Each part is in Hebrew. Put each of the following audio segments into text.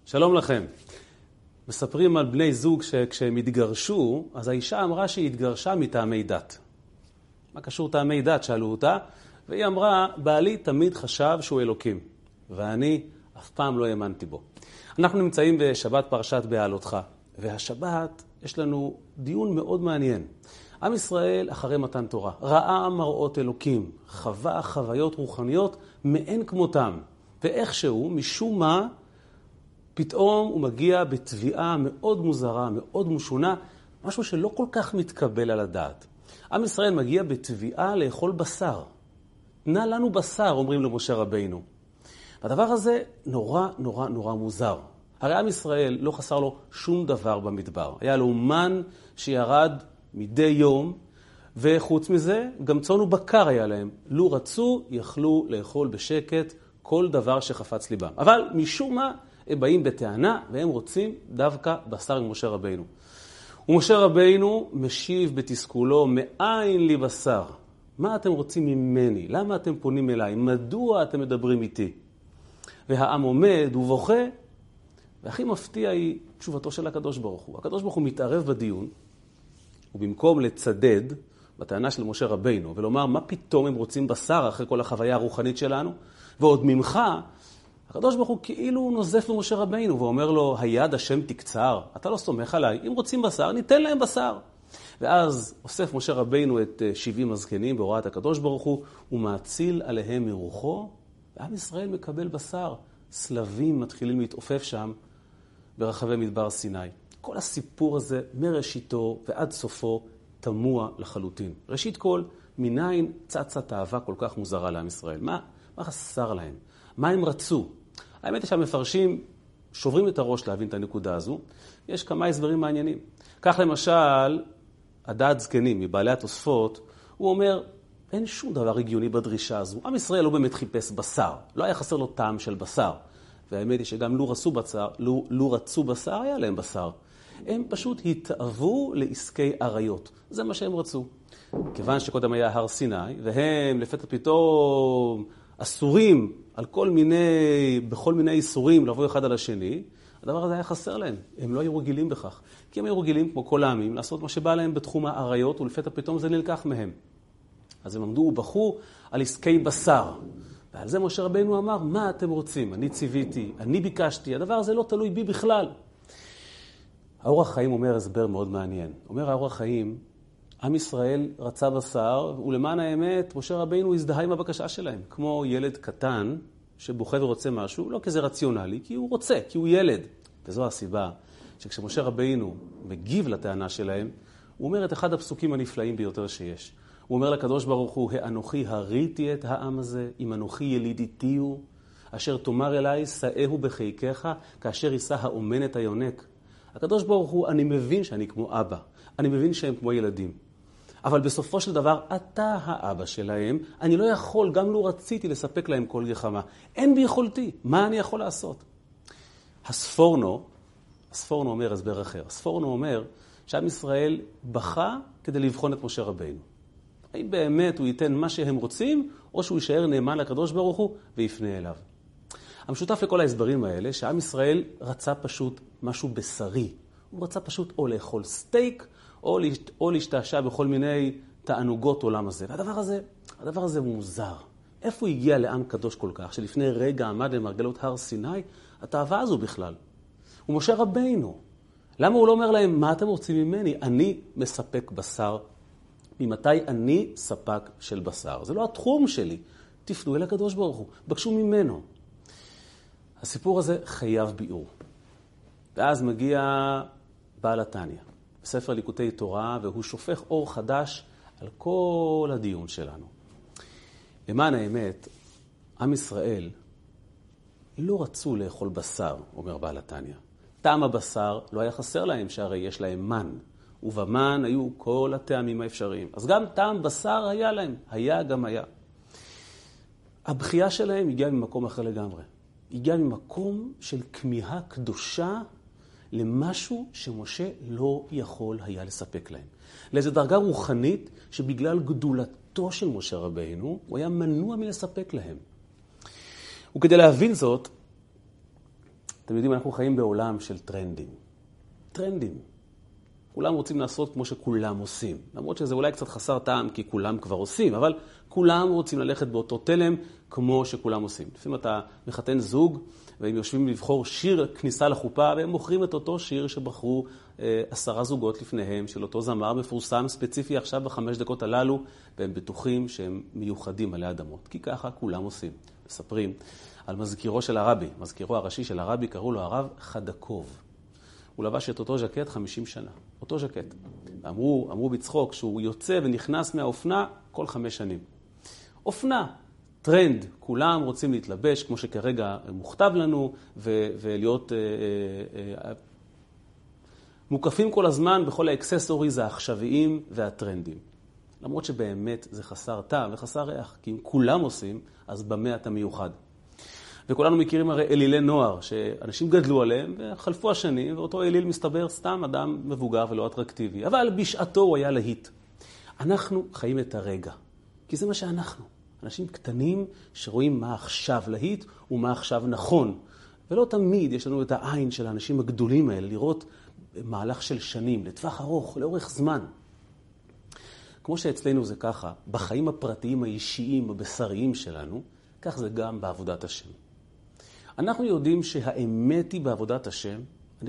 שלום לכם. מספרים על בני זוג שכשהם התגרשו, אז האישה אמרה שהיא התגרשה מטעמי דת. מה קשור טעמי דת? שאלו אותה, והיא אמרה, בעלי תמיד חשב שהוא אלוקים, ואני אף פעם לא האמנתי בו. אנחנו נמצאים בשבת פרשת בהעלותך, והשבת יש לנו דיון מאוד מעניין. עם ישראל אחרי מתן תורה, ראה מראות אלוקים, חווה חוויות רוחניות מאין כמותם, ואיכשהו, משום מה, פתאום הוא מגיע בתביעה מאוד מוזרה, מאוד משונה, משהו שלא כל כך מתקבל על הדעת. עם ישראל מגיע בתביעה לאכול בשר. תנה לנו בשר, אומרים למשה רבינו. הדבר הזה נורא מוזר. הרי עם ישראל לא חסר לו שום דבר במדבר. היה לו מן שירד מדי יום, וחוץ מזה גם צאן ובקר היה להם. לו רצו, יכלו לאכול בשקט כל דבר שחפץ ליבם. אבל משום מה הם באים בטענה והם רוצים דווקא בשר ממשה רבינו. ומשה רבינו משיב בתסכולו, מאין לי בשר? מה אתם רוצים ממני? למה אתם פונים אליי? מדוע אתם מדברים איתי? והעם עומד ובוכה, והכי מפתיע היא תשובתו של הקדוש ברוך הוא. הקדוש ברוך הוא מתערב בדיון, ובמקום לצדד בטענה של משה רבינו, ולומר מה פתאום הם רוצים בשר אחרי כל החוויה הרוחנית שלנו, ועוד ממך, הקדוש ברוך הוא כאילו נוזף למשה רבינו, ואומר לו, היד השם תקצר, אתה לא סומך עליי, אם רוצים בשר, ניתן להם בשר. ואז אוסף משה רבינו את 70 הזקנים בהוראת הקדוש ברוך הוא, ומאציל עליהם מרוחו, ועם ישראל מקבל בשר. סלבים מתחילים להתעופף שם ברחבי מדבר סיני. כל הסיפור הזה מראשיתו ועד סופו תמוה לחלוטין. ראשית כל, מניין צצת אהבה כל כך מוזרה לעם ישראל? מה חסר להם? מה הם רצו? האמת היא שהמפרשים שוברים את הראש להבין את הנקודה הזו. יש כמה הסברים מעניינים. כך למשל, הדעת זקנים מבעלי התוספות, הוא אומר, אין שום דבר הגיוני בדרישה הזו. עם ישראל לא באמת חיפש בשר. לא היה חסר לו טעם של בשר. והאמת היא שגם לו רצו בשר, היה להם בשר. הם פשוט התאהבו לעסקי עריות. זה מה שהם רצו. כיוון שקודם היה הר סיני, והם לפתע פתאום אסורים בכל מיני איסורים לבוא אחד על השני, הדבר הזה היה חסר להם. הם לא היו רגילים בכך. כי הם היו רגילים, כמו כל העמים, לעשות מה שבא להם בתחום העריות, ולפתע פתאום זה נלקח מהם. אז הם עמדו ובכו על עסקי בשר. ועל זה משה רבינו אמר, מה אתם רוצים? אני ציוויתי, אני ביקשתי, הדבר הזה לא תלוי בי בכלל. האור החיים אומר הסבר מאוד מעניין. אומר האור החיים, עם ישראל רצה בשר, ולמען האמת, משה רבינו הזדהה עם הבקשה שלהם. כמו ילד קטן שבוכה ורוצה משהו, לא כזה רציונלי, כי הוא רוצה, כי הוא ילד. וזו הסיבה שכשמשה רבינו מגיב לטענה שלהם, הוא אומר את אחד הפסוקים הנפלאים ביותר שיש. הוא אומר לקדוש ברוך הוא, האנוכי הריתי את העם הזה, אם אנוכי ילידיתי הוא, אשר תאמר אליי, שאהו בחיקך, כאשר יישא האומן את היונק. הקדוש ברוך הוא, אני מבין שאני כמו אבא, אני מבין שהם כמו ילדים. אבל בסופו של דבר, אתה האבא שלהם, אני לא יכול, גם לא רציתי לספק להם כל גחמה. אין ביכולתי, מה אני יכול לעשות? הספורנו אומר הסבר אחר. הספורנו אומר שעם ישראל בכה כדי לבחון את משה רבינו. האם באמת הוא ייתן מה שהם רוצים, או שהוא יישאר נאמן לקדוש ברוך הוא ויפנה אליו. המשותף לכל ההסברים האלה, שעם ישראל רצה פשוט משהו בשרי. הוא רצה פשוט או לאכול סטייק, או להשתעשע בכל מיני תענוגות עולם הזה. והדבר הזה מוזר. איפה הוא הגיע לעם קדוש כל כך, שלפני רגע עמד למרגלות הר סיני, התאווה הזו בכלל? הוא משה רבינו. למה הוא לא אומר להם, מה אתם רוצים ממני? אני מספק בשר. ממתי אני ספק של בשר? זה לא התחום שלי. תפנו אל הקדוש ברוך הוא. בקשו ממנו. הסיפור הזה חייב ביאור. ואז מגיע בעל התניא, בספר ליקוטי תורה, והוא שופך אור חדש על כל הדיון שלנו. למען האמת, עם ישראל לא רצו לאכול בשר, אומר בעל התניא. טעם הבשר לא היה חסר להם, שהרי יש להם מן. ובמן היו כל הטעמים האפשריים. אז גם טעם בשר היה להם, היה גם היה. הבחייה שלהם הגיעה ממקום אחר לגמרי. הגיעה ממקום של כמיהה קדושה למשהו שמשה לא יכול היה לספק להם. לאיזו דרגה רוחנית שבגלל גדולתו של משה רבינו, הוא היה מנוע מלספק להם. וכדי להבין זאת, אתם יודעים, אנחנו חיים בעולם של טרנדים. טרנדים. כולם רוצים לעשות כמו שכולם עושים. למרות שזה אולי קצת חסר טעם, כי כולם כבר עושים, אבל כולם רוצים ללכת באותו תלם כמו שכולם עושים. לפעמים אתה מחתן זוג, והם יושבים לבחור שיר כניסה לחופה, והם מוכרים את אותו שיר שבחרו 10 זוגות לפניהם, של אותו זמר מפורסם ספציפי עכשיו ב5 דקות הללו, והם בטוחים שהם מיוחדים עלי אדמות. כי ככה כולם עושים. מספרים על מזכירו של הרבי, מזכירו הראשי של הרבי, קראו לו הרב חדקוב. הוא לבש את אותו ז'קט 50 שנה, אותו ז'קט. אמרו בצחוק שהוא יוצא ונכנס מהאופנה כל 5 שנים. אופנה, טרנד, כולם רוצים להתלבש כמו שכרגע מוכתב לנו, ולהיות מוקפים כל הזמן בכל האקססוריז העכשוויים והטרנדים. למרות שבאמת זה חסר טעם וחסר ריח, כי אם כולם עושים, אז במה אתה מיוחד. וכולנו מכירים הרי אלילי נוער, שאנשים גדלו עליהם וחלפו השנים, ואותו אליל מסתבר סתם אדם מבוגר ולא אטרקטיבי. אבל בשעתו הוא היה להיט. אנחנו חיים את הרגע, כי זה מה שאנחנו. אנשים קטנים שרואים מה עכשיו להיט ומה עכשיו נכון. ולא תמיד יש לנו את העין של האנשים הגדולים האלה, לראות מהלך של שנים, לטווח ארוך, לאורך זמן. כמו שאצלנו זה ככה, בחיים הפרטיים האישיים הבשריים שלנו, כך זה גם בעבודת השם. אנחנו יודעים שהאמת היא בעבודת השם,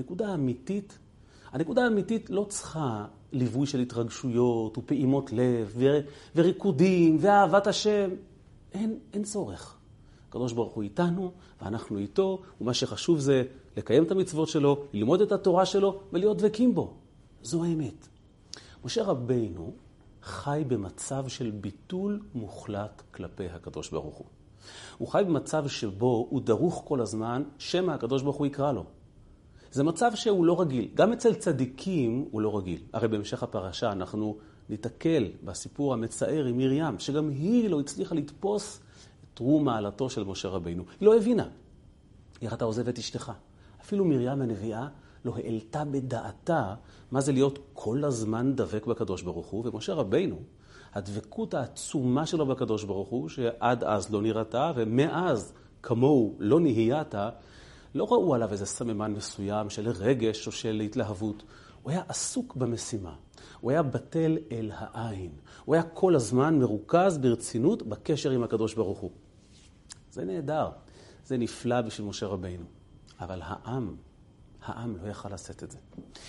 הנקודה האמיתית לא צריכה ליווי של התרגשויות ופעימות לב וריקודים ואהבת השם. אין צורך. הקדוש ברוך הוא איתנו ואנחנו איתו, ומה שחשוב זה לקיים את המצוות שלו, ללמוד את התורה שלו ולהיות דבקים בו. זו האמת. משה רבינו חי במצב של ביטול מוחלט כלפי הקדוש ברוך הוא. הוא חי במצב שבו הוא דרוך כל הזמן, שמא הקדוש ברוך הוא יקרא לו. זה מצב שהוא לא רגיל. גם אצל צדיקים הוא לא רגיל. הרי בהמשך הפרשה אנחנו נתקל בסיפור המצער עם מרים, שגם היא לא הצליחה לתפוס את רום מעלתו של משה רבינו. היא לא הבינה. איך אתה עוזב את אשתך? אפילו מרים הנביאה לא העלתה בדעתה מה זה להיות כל הזמן דבק בקדוש ברוך הוא, ומשה רבינו, הדבקות העצומה שלו בקדוש ברוך הוא, שעד אז לא נראתה, ומאז כמוהו לא נהייתה, לא ראו עליו איזה סממן מסוים של רגש או של התלהבות. הוא היה עסוק במשימה. הוא היה בטל אל העין. הוא היה כל הזמן מרוכז ברצינות בקשר עם הקדוש ברוך הוא. זה נהדר. זה נפלא בשביל משה רבינו. אבל העם לא יכל לשאת את זה.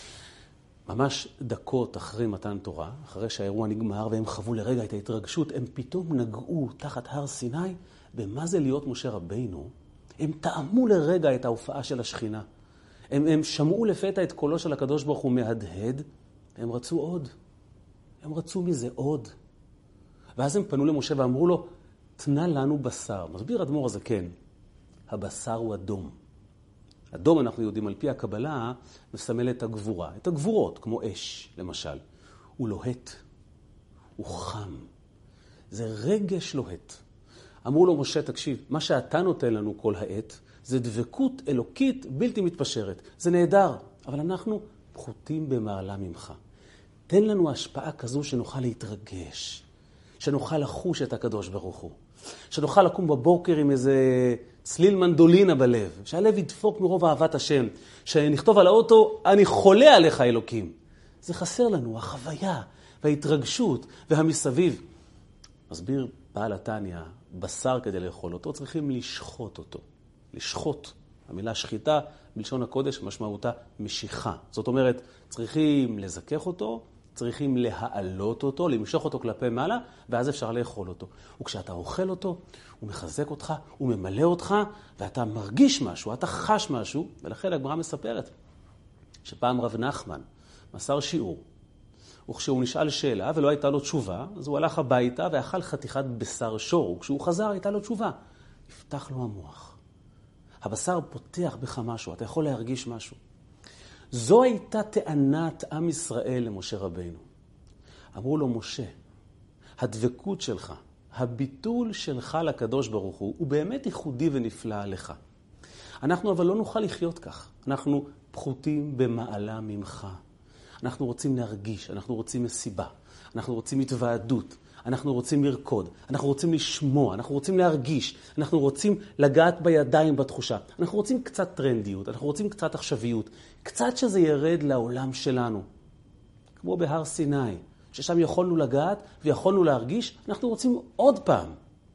ממש דקות אחרי מתן תורה, אחרי שהאירוע נגמר והם חוו לרגע את ההתרגשות, הם פתאום נגעו תחת הר סיני במה זה להיות משה רבינו. הם טעמו לרגע את ההופעה של השכינה. הם שמעו לפתע את קולו של הקדוש ברוך הוא מהדהד, הם רצו עוד. הם רצו מזה עוד. ואז הם פנו למשה ואמרו לו, תנה לנו בשר. מסביר אדמו"ר הזקן, הבשר הוא אדום. אדום, אנחנו יודעים, על פי הקבלה, מסמל את הגבורה. את הגבורות, כמו אש, למשל. הוא לוהט. הוא חם. זה רגש לוהט. אמרו לו, משה, תקשיב, מה שאתה נותן לנו כל העת, זה דבקות אלוקית בלתי מתפשרת. זה נהדר, אבל אנחנו פחותים במעלה ממך. תן לנו השפעה כזו שנוכל להתרגש, שנוכל לחוש את הקדוש ברוך הוא, שנוכל לקום בבוקר עם איזה צליל מנדולינה בלב, שהלב ידפוק מרוב אהבת השם, שנכתוב על האוטו, אני חולה עליך אלוקים. זה חסר לנו, החוויה וההתרגשות והמסביב. מסביר בעל התניא, בשר כדי לאכול אותו, צריכים לשחוט אותו. לשחוט. המילה שחיטה בלשון הקודש משמעותה משיכה. זאת אומרת, צריכים לזכך אותו, צריכים להעלות אותו, למשוך אותו כלפי מעלה, ואז אפשר לאכול אותו. וכשאתה אוכל אותו, הוא מחזק אותך, הוא ממלא אותך, ואתה מרגיש משהו, אתה חש משהו, ולכן הגמרא מספרת שפעם רב נחמן מסר שיעור, וכשהוא נשאל שאלה ולא הייתה לו תשובה, אז הוא הלך הביתה ואכל חתיכת בשר שור, וכשהוא חזר הייתה לו תשובה. נפתח לו המוח. הבשר פותח בך משהו, אתה יכול להרגיש משהו. זו הייתה טענת עם ישראל למשה רבינו. אמרו לו, משה, הדבקות שלך, הביטול שלך לקדוש ברוך הוא באמת ייחודי ונפלא לך. אנחנו אבל לא נוכל לחיות כך. אנחנו פחותים במעלה ממך. אנחנו רוצים להרגיש, אנחנו רוצים מסיבה, אנחנו רוצים התוועדות, אנחנו רוצים לרקוד, אנחנו רוצים לשמוע, אנחנו רוצים להרגיש, אנחנו רוצים לגעת בידיים בתחושה, אנחנו רוצים קצת טרנדיות, אנחנו רוצים קצת עכשוויות, קצת שזה ירד לעולם שלנו. כמו בהר סיני, ששם יכולנו לגעת ויכולנו להרגיש, אנחנו רוצים עוד פעם.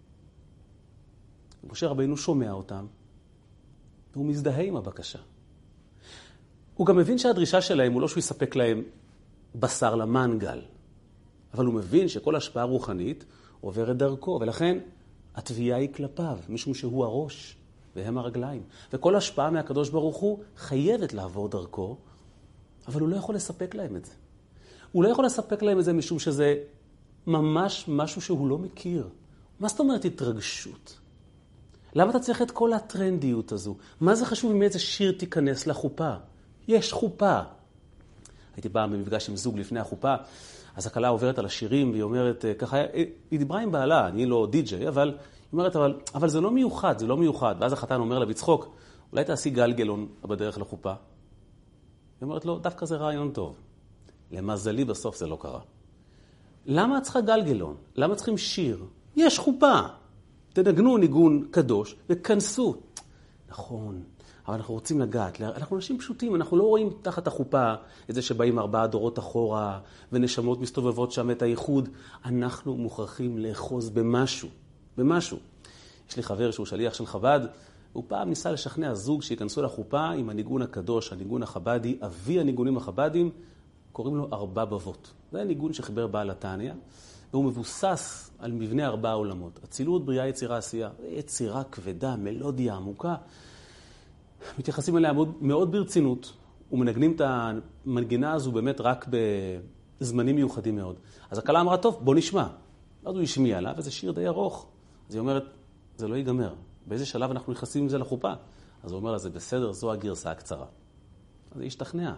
משה רבינו שומע אותם, והוא מזדהה עם הבקשה. הוא גם מבין שהדרישה שלהם הוא לא שהוא יספק להם בשר למנגל, אבל הוא מבין שכל השפעה רוחנית עוברת דרכו, ולכן התביעה היא כלפיו, משום שהוא הראש והם הרגליים. וכל השפעה מהקדוש ברוך הוא חייבת לעבור דרכו, אבל הוא לא יכול לספק להם את זה. הוא לא יכול לספק להם את זה משום שזה ממש משהו שהוא לא מכיר. מה זאת אומרת התרגשות? למה אתה צריך את כל הטרנדיות הזו? מה זה חשוב אם איזה שיר תיכנס לחופה? יש חופה. הייתי באה במפגש עם זוג לפני החופה, אז הכלה עוברת על השירים והיא אומרת, ככה, היא דיברה עם בעלה, אני לא די-ג'יי, אבל היא אומרת, אבל זה לא מיוחד, זה לא מיוחד. ואז החתן אומר לה בצחוק, אולי תעשי גלגלון בדרך לחופה? היא אומרת לו, דווקא זה רעיון טוב. למזלי בסוף זה לא קרה. למה את צריכה גלגלון? למה צריכים שיר? יש חופה. תנגנו ניגון קדוש וכנסו. נכון, אבל אנחנו רוצים לגעת. אנחנו אנשים פשוטים, אנחנו לא רואים תחת החופה את זה שבאים 4 דורות אחורה ונשמות מסתובבות שם את הייחוד. אנחנו מוכרחים לאחוז במשהו. במשהו. יש לי חבר שהוא שליח של חב"ד, הוא פעם ניסה לשכנע זוג שיכנסו לחופה עם הניגון הקדוש, הניגון החב"די, אבי הניגונים החב"דים, קוראים לו 4 בבות. זה הניגון שחיבר בעל התניא, והוא מבוסס על מבנה 4 עולמות. אצילות, בריאה, יצירה, עשייה. יצירה כבדה, מלודיה עמוקה. מתייחסים אליה מאוד ברצינות, ומנגנים את המנגינה הזו באמת רק בזמנים מיוחדים מאוד. אז הכלה אמרה, טוב, בוא נשמע. אז הוא השמיע לה, וזה שיר די ארוך. אז היא אומרת, זה לא ייגמר. באיזה שלב אנחנו נכנסים עם זה לחופה? אז הוא אומר לה, זה בסדר, זו הגרסה הקצרה. אז היא השתכנעה.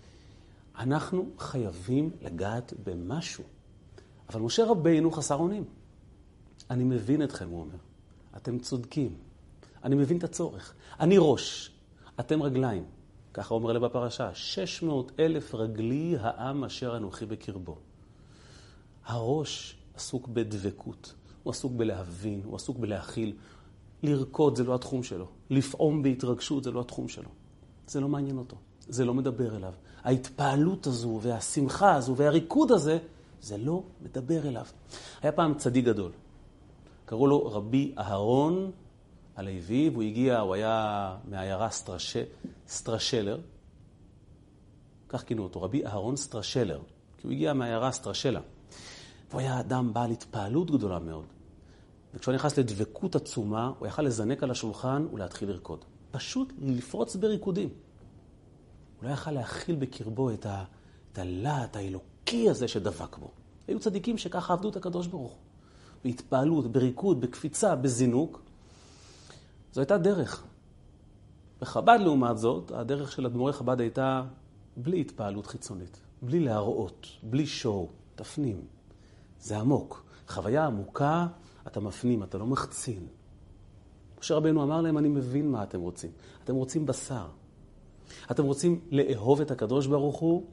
אנחנו חייבים לגעת במשהו. אבל משה רבינו חסר אונים. אני מבין אתכם, הוא אומר. אתם צודקים. אני מבין את הצורך. אני ראש. אתם רגליים. ככה אומר לה בפרשה. 600,000 רגלי העם אשר אנוכי בקרבו. הראש עסוק בדבקות. הוא עסוק בלהבין. הוא עסוק בלהכיל. לרקוד זה לא התחום שלו. לפעום בהתרגשות זה לא התחום שלו. זה לא מעניין אותו. זה לא מדבר אליו. ההתפעלות הזו והשמחה הזו והריקוד הזה, זה לא מדבר אליו. היה פעם צדיק גדול. קראו לו רבי אהרון הלוי, והוא הגיע, הוא היה מהעיירה סטרשלר. כך כינו אותו, רבי אהרון סטרשלר. כי הוא הגיע מהעיירה סטרשלה. והוא היה אדם בעל התפעלות גדולה מאוד. וכשהוא נכנס לדבקות עצומה, הוא יכל לזנק על השולחן ולהתחיל לרקוד. פשוט לפרוץ בריקודים. הוא לא יכל להכיל בקרבו את הלהט האלוקי הזה שדבק בו. היו צדיקים שככה עבדו את הקדוש ברוך הוא. בהתפעלות, בריקוד, בקפיצה, בזינוק. זו הייתה דרך. בחב"ד לעומת זאת, הדרך של אדמו"רי חב"ד הייתה בלי התפעלות חיצונית. בלי להראות, בלי שואו, תפנים. זה עמוק. חוויה עמוקה, אתה מפנים, אתה לא מחצין. משה רבינו אמר להם, אני מבין מה אתם רוצים. אתם רוצים בשר. אתם רוצים לאהוב את הקדוש ברוך הוא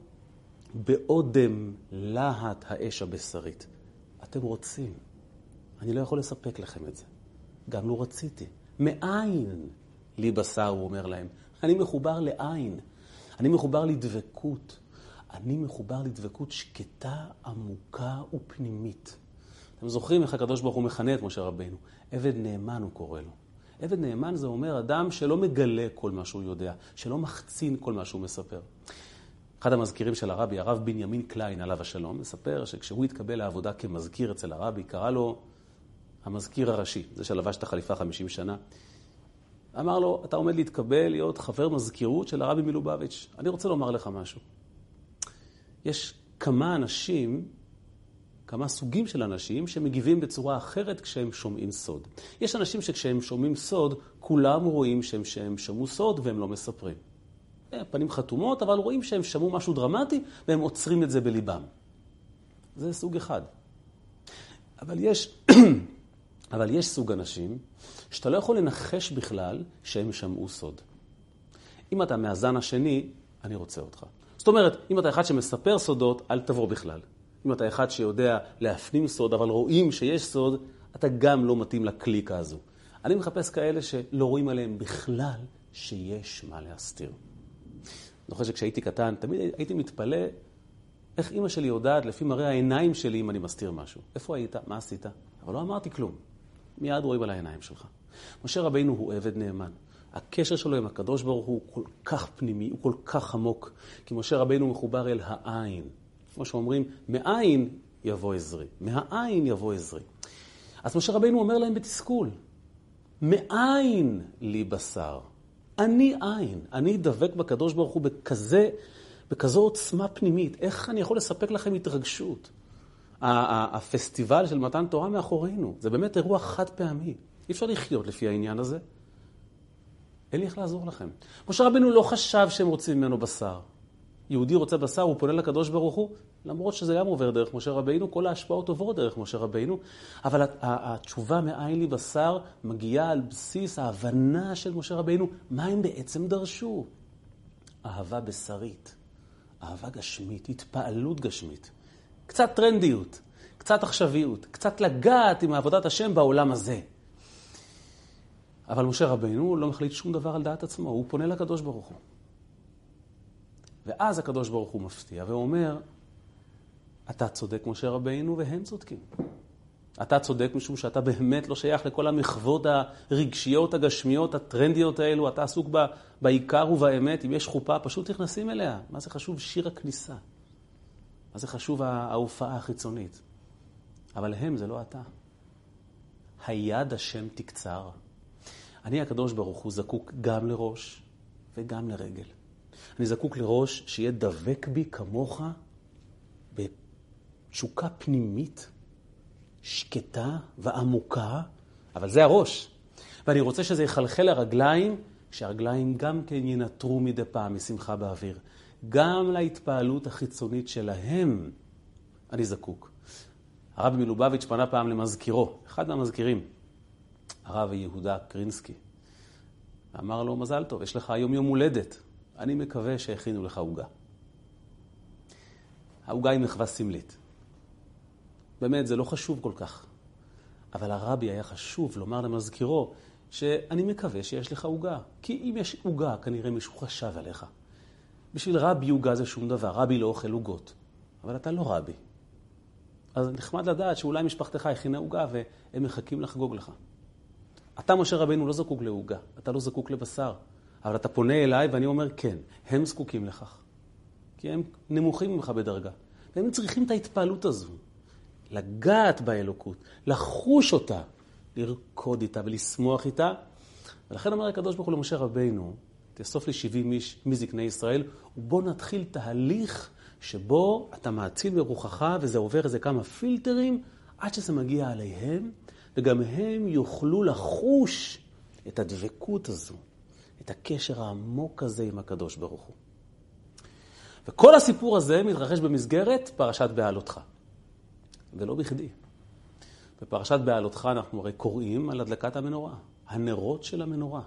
בעודם להט האש הבשרית. אתם רוצים. אני לא יכול לספק לכם את זה. גם לא רציתי. מאין לי בשר, הוא אומר להם. אני מחובר לעין. אני מחובר לדבקות. אני מחובר לדבקות שקטה, עמוקה ופנימית. אתם זוכרים איך הקדוש ברוך הוא מכנה את משה רבינו? עבד נאמן הוא קורא לו. עבד נאמן זה אומר אדם שלא מגלה כל מה שהוא יודע, שלא מחצין כל מה שהוא מספר. אחד המזכירים של הרבי, הרב בנימין קליין עליו השלום, מספר שכשהוא התקבל לעבודה כמזכיר אצל הרבי, קרא לו המזכיר הראשי, זה שלבש את החליפה 50 שנה. אמר לו, אתה עומד להתקבל להיות חבר מזכירות של הרבי מלובביץ'. אני רוצה לומר לך משהו. יש כמה אנשים, כמה סוגים של אנשים שמגיבים בצורה אחרת כשהם שומעים סוד. יש אנשים שכשהם שומעים סוד, כולם רואים שהם שמעו סוד והם לא מספרים. פנים חתומות, אבל רואים שהם שמעו משהו דרמטי והם עוצרים את זה בליבם. זה סוג אחד. אבל יש סוג אנשים שאתה לא יכול לנחש בכלל שהם שמעו סוד. אם אתה מהזן השני, אני רוצה אותך. זאת אומרת, אם אתה אחד שמספר סודות, אל תבוא בכלל. אם אתה אחד שיודע להפנים סוד, אבל רואים שיש סוד, אתה גם לא מתאים לקליקה הזו. אני מחפש כאלה שלא רואים עליהם בכלל שיש מה להסתיר. אני חושב שכשהייתי קטן, תמיד הייתי מתפלא איך אמא שלי יודעת לפי מראה העיניים שלי אם אני מסתיר משהו. איפה היית? מה עשית? אבל לא אמרתי כלום. מיד רואים על העיניים שלך. משה רבינו הוא עבד נאמן. הקשר שלו עם הקדוש ברוך הוא כל כך פנימי, הוא כל כך עמוק, כי משה רבינו מחובר אל העין. כמו שאומרים, מאין יבוא עזרי. מהעין יבוא עזרי. אז משה רבינו אומר להם בתסכול, מאין לי בשר? אני עין. אני דבק בקדוש ברוך הוא בכזו עוצמה פנימית. איך אני יכול לספק לכם התרגשות? הפסטיבל של מתן תורה מאחורינו. זה באמת אירוע חד פעמי. אי אפשר לחיות לפי העניין הזה. אין לי איך לעזור לכם. משה רבינו לא חשב שהם רוצים ממנו בשר. יהודי רוצה בשר, הוא פונה לקדוש ברוך הוא, למרות שזה גם עובר דרך משה רבינו, כל ההשפעות עוברות דרך משה רבינו, אבל התשובה מאין לי בשר מגיעה על בסיס ההבנה של משה רבינו, מה הם בעצם דרשו? אהבה בשרית, אהבה גשמית, התפעלות גשמית, קצת טרנדיות, קצת עכשוויות, קצת לגעת עם עבודת השם בעולם הזה. אבל משה רבינו לא מחליט שום דבר על דעת עצמו, הוא פונה לקדוש ברוך הוא. ואז הקדוש ברוך הוא מפתיע ואומר, אתה צודק משה רבינו והם צודקים. אתה צודק משום שאתה באמת לא שייך לכל המחוות הרגשיות, הגשמיות, הטרנדיות האלו, אתה עסוק בעיקר ובאמת, אם יש חופה, פשוט נכנסים אליה. מה זה חשוב? שיר הכניסה. מה זה חשוב ההופעה החיצונית? אבל הם זה לא אתה. היד השם תקצר. אני הקדוש ברוך הוא זקוק גם לראש וגם לרגל. אני זקוק לראש שיהיה דבק בי כמוך בתשוקה פנימית, שקטה ועמוקה, אבל זה הראש. ואני רוצה שזה יחלחל לרגליים, שהרגליים גם כן ינטרו מדי פעם משמחה באוויר. גם להתפעלות החיצונית שלהם אני זקוק. הרב מלובביץ' פנה פעם למזכירו, אחד מהמזכירים, הרב יהודה קרינסקי. אמר לו, מזל טוב, יש לך היום יום הולדת. אני מקווה שהכינו לך עוגה. העוגה היא מחווה סמלית. באמת, זה לא חשוב כל כך. אבל הרבי היה חשוב לומר למזכירו שאני מקווה שיש לך עוגה. כי אם יש עוגה, כנראה מישהו חשב עליך. בשביל רבי עוגה זה שום דבר. רבי לא אוכל עוגות. אבל אתה לא רבי. אז נחמד לדעת שאולי משפחתך הכינה עוגה והם מחכים לחגוג לך. אתה, משה רבינו, לא זקוק לעוגה. אתה לא זקוק לבשר. אבל אתה פונה אליי ואני אומר כן, הם זקוקים לכך. כי הם נמוכים ממך בדרגה. והם צריכים את ההתפעלות הזו. לגעת באלוקות, לחוש אותה, לרקוד איתה ולשמוח איתה. ולכן אומר הקדוש ברוך הוא למשה רבינו, תאסוף לי 70 איש מזקני ישראל, ובוא נתחיל תהליך שבו אתה מאציל ברוחך, וזה עובר איזה כמה פילטרים, עד שזה מגיע עליהם, וגם הם יוכלו לחוש את הדבקות הזו. את הקשר העמוק הזה עם הקדוש ברוך הוא. וכל הסיפור הזה מתרחש במסגרת פרשת בעלותך. ולא בכדי. בפרשת בעלותך אנחנו הרי קוראים על הדלקת המנורה. הנרות של המנורה.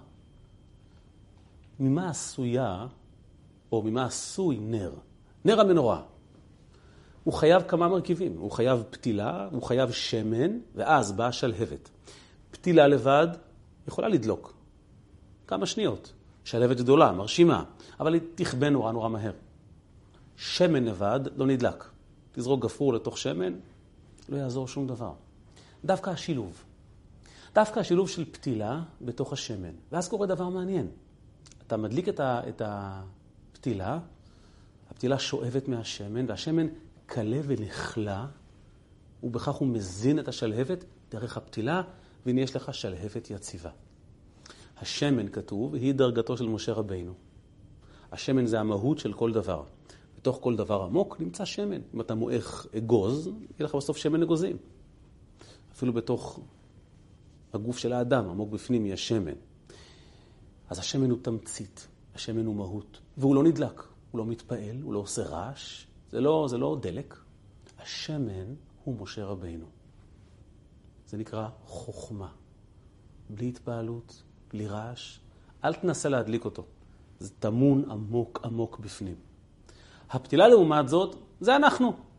ממה עשויה, או ממה עשוי נר? נר המנורה. הוא חייב כמה מרכיבים. הוא חייב פתילה, הוא חייב שמן, ואז באה שלהבת. פתילה לבד יכולה לדלוק. כמה שניות. שלהבת גדולה, מרשימה, אבל היא תכבה נורא נורא מהר. שמן לבד לא נדלק. תזרוק גפרור לתוך שמן, לא יעזור שום דבר. דווקא השילוב של פתילה בתוך השמן. ואז קורה דבר מעניין. אתה מדליק את הפתילה, הפתילה שואבת מהשמן, והשמן קלה ונחלה, ובכך הוא מזין את השלהבת דרך הפתילה, והנה יש לך שלהבת יציבה. השמן כתוב, היא דרגתו של משה רבינו. השמן זה המהות של כל דבר. בתוך כל דבר עמוק נמצא שמן. אם אתה מועך אגוז, יהיה לך בסוף שמן אגוזים. אפילו בתוך הגוף של האדם, עמוק בפנים, יש שמן. אז השמן הוא תמצית, השמן הוא מהות. והוא לא נדלק, הוא לא מתפעל, הוא לא עושה רעש. זה לא דלק. השמן הוא משה רבינו. זה נקרא חוכמה. בלי התפעלות, בלי רעש. אל תנסה להדליק אותו. זה תמון עמוק עמוק בפנים. הפתילה לעומת זאת, זה אנחנו.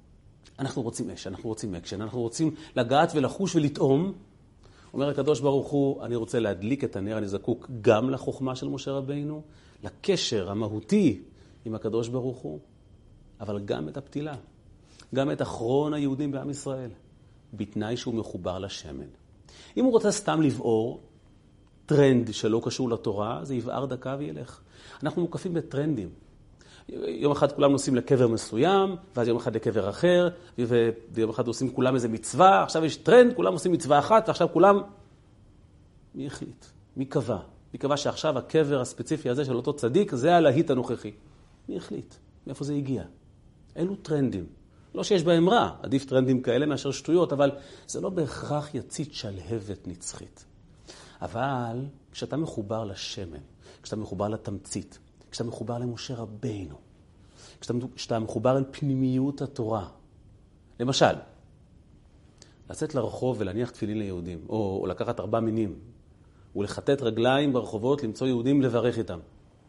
אנחנו רוצים אש, אנחנו רוצים אקשן, אנחנו רוצים לגעת ולחוש ולטעום. אומר הקדוש ברוך הוא, אני רוצה להדליק את הנר, אני זקוק גם לחוכמה של משה רבינו, לקשר המהותי עם הקדוש ברוך הוא, אבל גם את הפתילה, גם את אחרון היהודים בעם ישראל, בתנאי שהוא מחובר לשמן. אם הוא רוצה סתם לבעור טרנד שלא קשור לתורה, זה יבער דקה וילך. אנחנו מוקפים בטרנדים. יום אחד כולם נוסעים לקבר מסוים, ואז יום אחד לקבר אחר, ויום אחד עושים כולם איזה מצווה, עכשיו יש טרנד, כולם עושים מצווה אחת, ועכשיו כולם... מי החליט? מי קבע? מי קבע שעכשיו הקבר הספציפי הזה של אותו צדיק, זה הלהיט הנוכחי? מי החליט? מאיפה זה הגיע? אלו טרנדים. לא שיש בהם רע, עדיף טרנדים כאלה מאשר שטויות, אבל זה לא בהכרח יצית שלהבת נצחית. אבל כשאתה מחובר לשמן, כשאתה מחובר לתמצית, כשאתה מחובר למשה רבינו, כשאתה מחובר אל פנימיות התורה, למשל, לצאת לרחוב ולהניח תפילין ליהודים, או לקחת 4 מינים, ולחטט רגליים ברחובות, למצוא יהודים לברך איתם.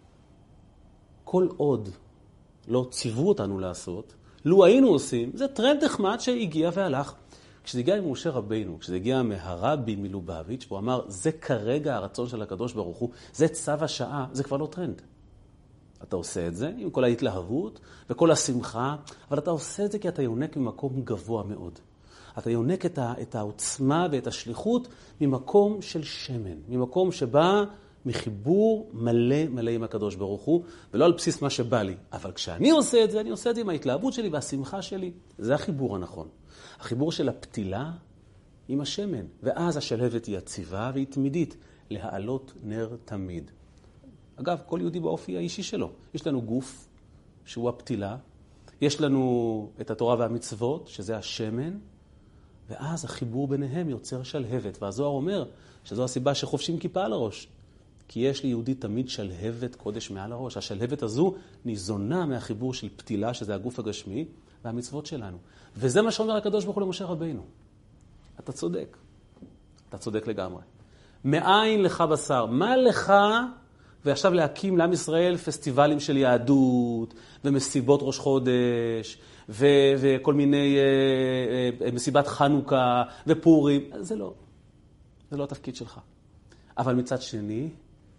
כל עוד לא ציוו אותנו לעשות, לו היינו עושים, זה טרנד נחמד שהגיע והלך. כשזה הגיע עם משה רבינו, כשזה הגיע מהרבי מלובביץ', והוא אמר, זה כרגע הרצון של הקדוש ברוך הוא, זה צו השעה, זה כבר לא טרנד. אתה עושה את זה עם כל ההתלהבות וכל השמחה, אבל אתה עושה את זה כי אתה יונק ממקום גבוה מאוד. אתה יונק את העוצמה ואת השליחות ממקום של שמן, ממקום שבא מחיבור מלא מלא עם הקדוש ברוך הוא, ולא על בסיס מה שבא לי. אבל כשאני עושה את זה, אני עושה את זה עם ההתלהבות שלי והשמחה שלי. זה החיבור הנכון. החיבור של הפתילה עם השמן. ואז השלהבת היא יציבה והיא תמידית, להעלות נר תמיד. אגב, כל יהודי באופי האישי שלו. יש לנו גוף, שהוא הפתילה. יש לנו את התורה והמצוות, שזה השמן. ואז החיבור ביניהם יוצר שלהבת. והזוהר אומר שזו הסיבה שחובשים כיפה על הראש. כי יש ליהודי תמיד שלהבת קודש מעל הראש. השלהבת הזו ניזונה מהחיבור של פתילה, שזה הגוף הגשמי, והמצוות שלנו. וזה מה שאומר הקדוש ברוך הוא למשה רבינו. אתה צודק. אתה צודק לגמרי. מאין לך בשר? מה לך? ועכשיו להקים לעם ישראל פסטיבלים של יהדות, ומסיבות ראש חודש, וכל מיני מסיבת חנוכה, ופורים. זה לא. זה לא התפקיד שלך. אבל מצד שני,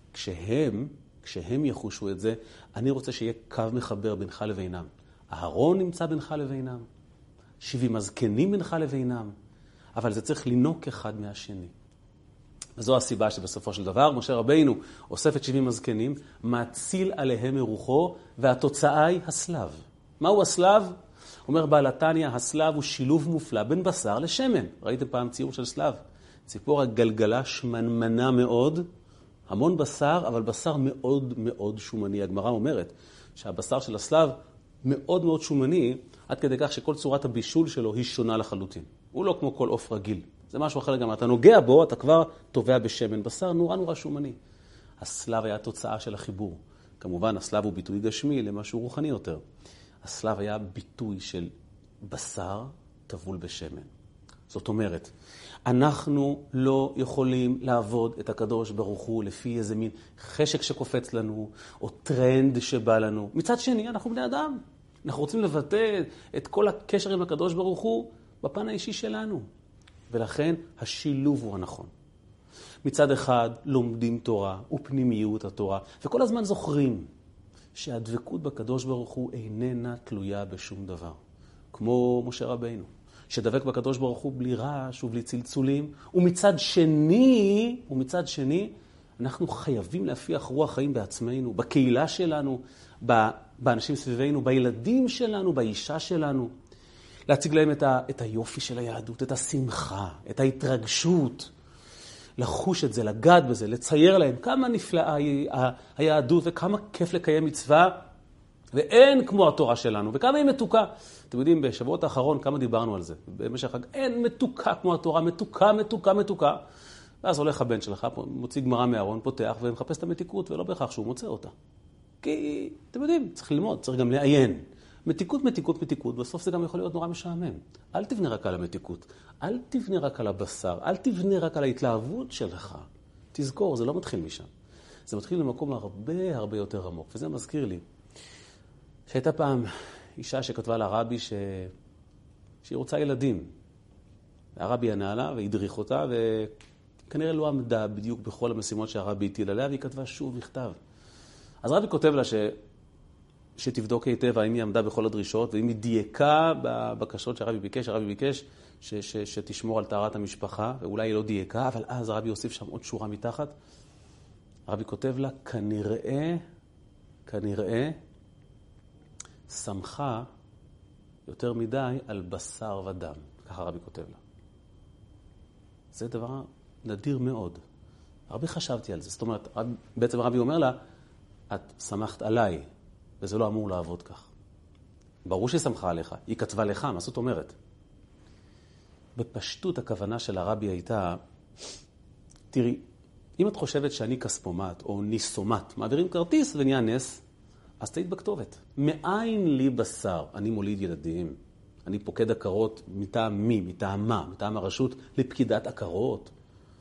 כשהם יחושו את זה, אני רוצה שיהיה קו מחבר בינך לבינם. אהרון נמצא בינך לבינם, 70 הזקנים בינך לבינם, אבל זה צריך לינוק אחד מהשני. וזו הסיבה שבסופו של דבר, משה רבינו אוסף את 70 הזקנים, מאציל עליהם מרוחו, והתוצאה היא הסלב. מהו הסלב? אומר בעל התניא, הסלב הוא שילוב מופלא בין בשר לשמן. ראיתם פעם ציור של סלב? ציפור הגלגלה שמנמנה מאוד, המון בשר, אבל בשר מאוד מאוד שומני. הגמרא אומרת שהבשר של הסלב מאוד מאוד שומני, עד כדי כך שכל צורת הבישול שלו היא שונה לחלוטין. הוא לא כמו כל עוף רגיל. זה משהו אחר גם. אתה נוגע בו, אתה כבר טובע בשמן. בשר נורא שומני. הסלב היה תוצאה של החיבור. כמובן, הסלב הוא ביטוי גשמי למשהו רוחני יותר. הסלב היה ביטוי של בשר טבול בשמן. זאת אומרת, אנחנו לא יכולים לעבוד את הקדוש ברוך הוא לפי איזה מין חשק שקופץ לנו, או טרנד שבא לנו. מצד שני, אנחנו בני אדם. אנחנו רוצים לבטא את כל הקשר עם הקדוש ברוך הוא בפן האישי שלנו. ולכן השילוב הוא הנכון. מצד אחד לומדים תורה ופנימיות התורה, וכל הזמן זוכרים שהדבקות בקדוש ברוך הוא איננה תלויה בשום דבר. כמו משה רבינו, שדבק בקדוש ברוך הוא בלי רעש ובלי צלצולים, ומצד שני, אנחנו חייבים להפיח רוח חיים בעצמנו, בקהילה שלנו, באנשים סביבנו, בילדים שלנו, באישה שלנו. להציג להם את היופי של היהדות, את השמחה, את ההתרגשות, לחוש את זה, לגעת בזה, לצייר להם כמה נפלאה היהדות וכמה כיף לקיים מצווה, ואין כמו התורה שלנו, וכמה היא מתוקה. אתם יודעים, בשבועות האחרון כמה דיברנו על זה. במשך חג, אין מתוקה כמו התורה, מתוקה. ואז הולך הבן שלך, מוציא גמרא מהארון, פותח ומחפש את המתיקות, ולא בהכרח שהוא מוצא אותה. כי, אתם יודעים, צריך ללמוד, צריך גם לעיין. מתיקות, בסוף זה גם יכול להיות נורא משעמם. אל תבנה רק על המתיקות, אל תבנה רק על הבשר, אל תבנה רק על ההתלהבות שלך. תזכור, זה לא מתחיל משם. זה מתחיל למקום הרבה יותר עמוק. וזה מזכיר לי שהייתה פעם אישה שכתבה לרבי שהיא רוצה ילדים. והרבי ענה לה והדריך אותה, וכנראה לא עמדה בדיוק בכל המשימות שהרבי הטיל עליה, והיא כתבה שוב מכתב. אז הרבי כותב לה שתבדוק היטב האם היא עמדה בכל הדרישות, ואם היא דייקה בבקשות שהרבי ביקש שתשמור על טהרת המשפחה, ואולי היא לא דייקה, אבל אז הרבי הוסיף שם עוד שורה מתחת. הרבי כותב לה, כנראה, שמחה יותר מדי על בשר ודם. ככה הרבי כותב לה. זה דבר נדיר מאוד. הרבי חשבתי על זה. זאת אומרת, בעצם הרבי אומר לה, את שמחת עליי, וזה לא אמור לעבוד כך. ברור שהיא שמחה עליך, היא כתבה לך, מה זאת אומרת? בפשטות הכוונה של הרבי הייתה, תראי, אם את חושבת שאני כספומט או ניסומט, מעבירים כרטיס ונהיה נס, אז תהיית בכתובת. מאין לי בשר? אני מוליד ילדים. אני פוקד עקרות מטעם מי? מטעם הרשות לפקידת עקרות.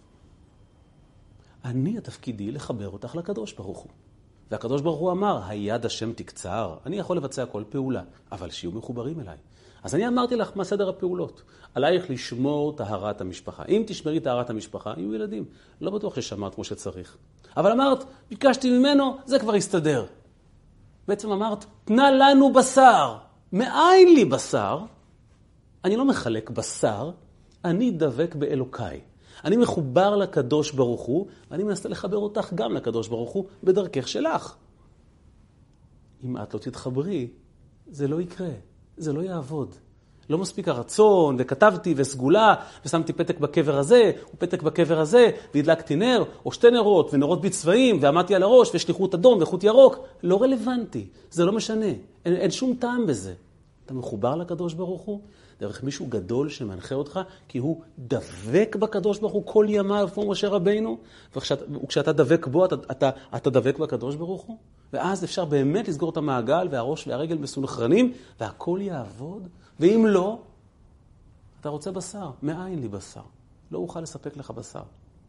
התפקידי לחבר אותך לקדוש ברוך הוא. והקדוש ברוך הוא אמר, היד השם תקצר, אני יכול לבצע כל פעולה, אבל שיהיו מחוברים אליי. אז אני אמרתי לך מה סדר הפעולות. עלייך לשמור טהרת המשפחה. אם תשמרי טהרת המשפחה, יהיו ילדים. לא בטוח ששמרת כמו שצריך. אבל אמרת, ביקשתי ממנו, זה כבר יסתדר. בעצם אמרת, תנה לנו בשר. מאין לי בשר? אני לא מחלק בשר, אני דבק באלוקיי. אני מחובר לקדוש ברוך הוא, ואני מנסה לחבר אותך גם לקדוש ברוך הוא בדרכך שלך. אם את לא תתחברי, זה לא יקרה, זה לא יעבוד. לא מספיק הרצון, וכתבתי וסגולה, ושמתי פתק בקבר הזה, ופתק בקבר הזה, והדלקתי נר, או שתי נרות, ונרות בצבעים, ועמדתי על הראש, ושליחות אדום וחוט ירוק. לא רלוונטי, זה לא משנה, אין שום טעם בזה. אתה מחובר לקדוש ברוך הוא, דרך מישהו גדול שמנחה אותך, כי הוא דבק בקדוש ברוך הוא כל ימיו, כמו משה רבינו, וכשאתה דבק בו, אתה דבק בקדוש ברוך הוא, ואז אפשר באמת לסגור את המעגל, והראש והרגל מסונכרנים, והכל יעבוד, ואם לא, אתה רוצה בשר, מאין לי בשר? לא אוכל לספק לך בשר.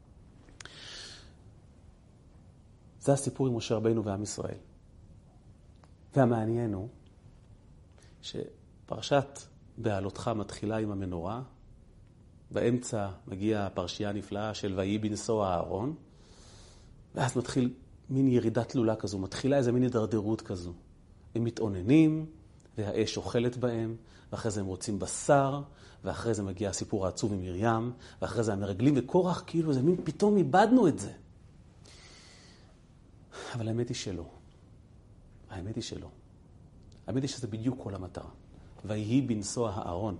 זה הסיפור עם משה רבינו ועם ישראל. והמעניין הוא, שפרשת בעלותך מתחילה עם המנורה, באמצע מגיעה הפרשייה הנפלאה של ויהי בנשוא אהרון, ואז מתחיל מין ירידת תלולה כזו, מתחילה איזה מין הידרדרות כזו. הם מתאוננים, והאש אוכלת בהם, ואחרי זה הם רוצים בשר, ואחרי זה מגיע הסיפור העצוב עם מרים, ואחרי זה המרגלים וקורח, כאילו זה מין פתאום איבדנו את זה. אבל האמת היא שלא. האמת היא שלא. האמת היא שזה בדיוק כל המטרה. ויהי בנשוא הארון.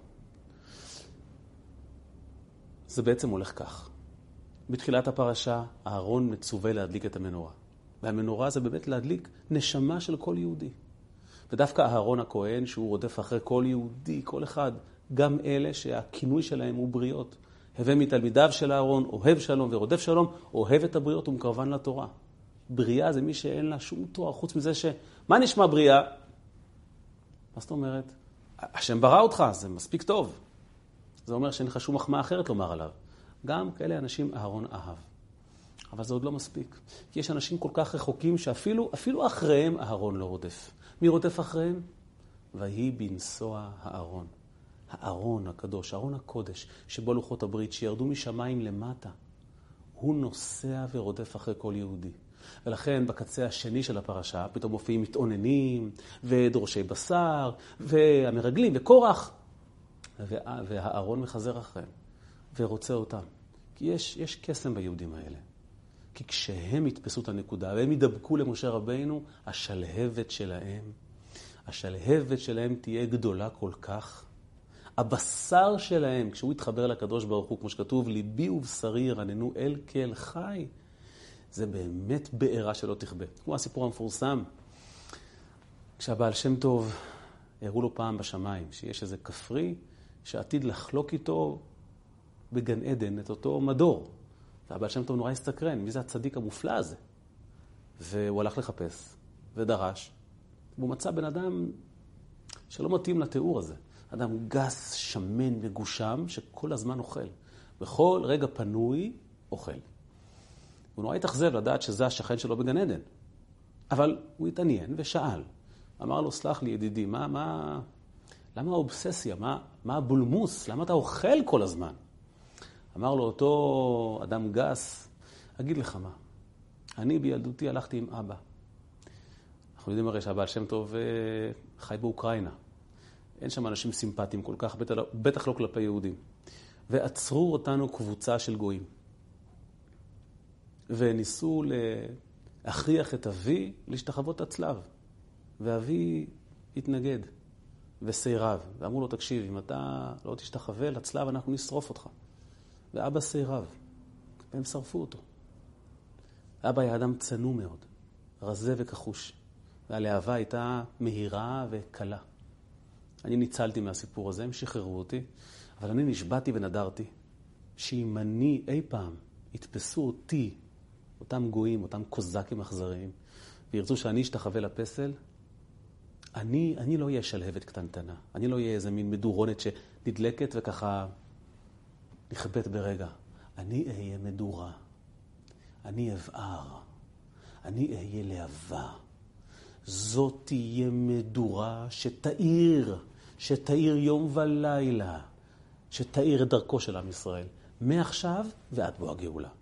זה בעצם הולך כך. בתחילת הפרשה, הארון מצווה להדליק את המנורה. והמנורה זה באמת להדליק נשמה של כל יהודי. ודווקא אהרון הכהן, שהוא רודף אחרי כל יהודי, כל אחד, גם אלה שהכינוי שלהם הוא בריות. הווה מתלמידיו של אהרון, אוהב שלום ורודף שלום, אוהב את הבריות ומקרבן לתורה. בריאה זה מי שאין לה שום תואר, חוץ מזה מה נשמע בריאה? מה זאת אומרת? השם ברא אותך, זה מספיק טוב. זה אומר שאין לך שום מחמאה אחרת לומר עליו. גם כאלה אנשים אהרון אהב. אבל זה עוד לא מספיק. כי יש אנשים כל כך רחוקים שאפילו אחריהם אהרון לא רודף. מי רודף אחריהם? ויהי בנשוא הארון. הארון הקדוש, הארון הקודש, שבו לוחות הברית שירדו משמיים למטה. הוא נוסע ורודף אחרי כל יהודי. ולכן בקצה השני של הפרשה פתאום מופיעים מתאוננים ודורשי בשר והמרגלים וקורח. והארון מחזר אחריהם ורוצה אותם. כי יש קסם ביהודים האלה. כי כשהם יתפסו את הנקודה והם ידבקו למשה רבינו, השלהבת שלהם תהיה גדולה כל כך. הבשר שלהם, כשהוא יתחבר לקדוש ברוך הוא, כמו שכתוב, ליבי ובשרי ירננו אל כל חי, זה באמת בעירה שלא תכבה. כמו הסיפור המפורסם, כשהבעל שם טוב הראו לו פעם בשמיים, שיש איזה כפרי שעתיד לחלוק איתו בגן עדן את אותו מדור. והבעל שם טוב נורא הסתקרן, מי זה הצדיק המופלא הזה? והוא הלך לחפש ודרש, והוא מצא בן אדם שלא מתאים לתיאור הזה. אדם גס, שמן, מגושם, שכל הזמן אוכל. בכל רגע פנוי, אוכל. הוא נורא התאכזב לדעת שזה השכן שלו בגן עדן. אבל הוא התעניין ושאל. אמר לו, סלח לי ידידי, למה למה האובססיה? מה הבולמוס? למה אתה אוכל כל הזמן? אמר לו אותו אדם גס, אגיד לך מה, אני בילדותי הלכתי עם אבא. אנחנו יודעים הרי שהבעל שם טוב חי באוקראינה. אין שם אנשים סימפטיים כל כך, בטח לא כלפי יהודים. ועצרו אותנו קבוצה של גויים. וניסו להכריח את אבי להשתחוות הצלב. ואבי התנגד וסירב. ואמרו לו, תקשיב, אם אתה לא תשתחווה לצלב, אנחנו נשרוף אותך. ואבא סירב. והם שרפו אותו. אבא היה אדם צנום מאוד, רזה וכחוש. והלהבה הייתה מהירה וקלה. אני ניצלתי מהסיפור הזה, הם שחררו אותי, אבל אני נשבעתי ונדרתי, שאם אני אי פעם יתפסו אותי, אותם גויים, אותם קוזקים אכזריים, וירצו שאני אשתחווה לפסל, אני לא אהיה שלהבת קטנטנה. אני לא אהיה איזה מין מדורונת שנדלקת וככה נכבט ברגע. אני אהיה מדורה. אני אבער. אני אהיה להבה. זאת תהיה מדורה שתאיר יום ולילה, שתאיר את דרכו של עם ישראל, מעכשיו ועד בוא הגאולה.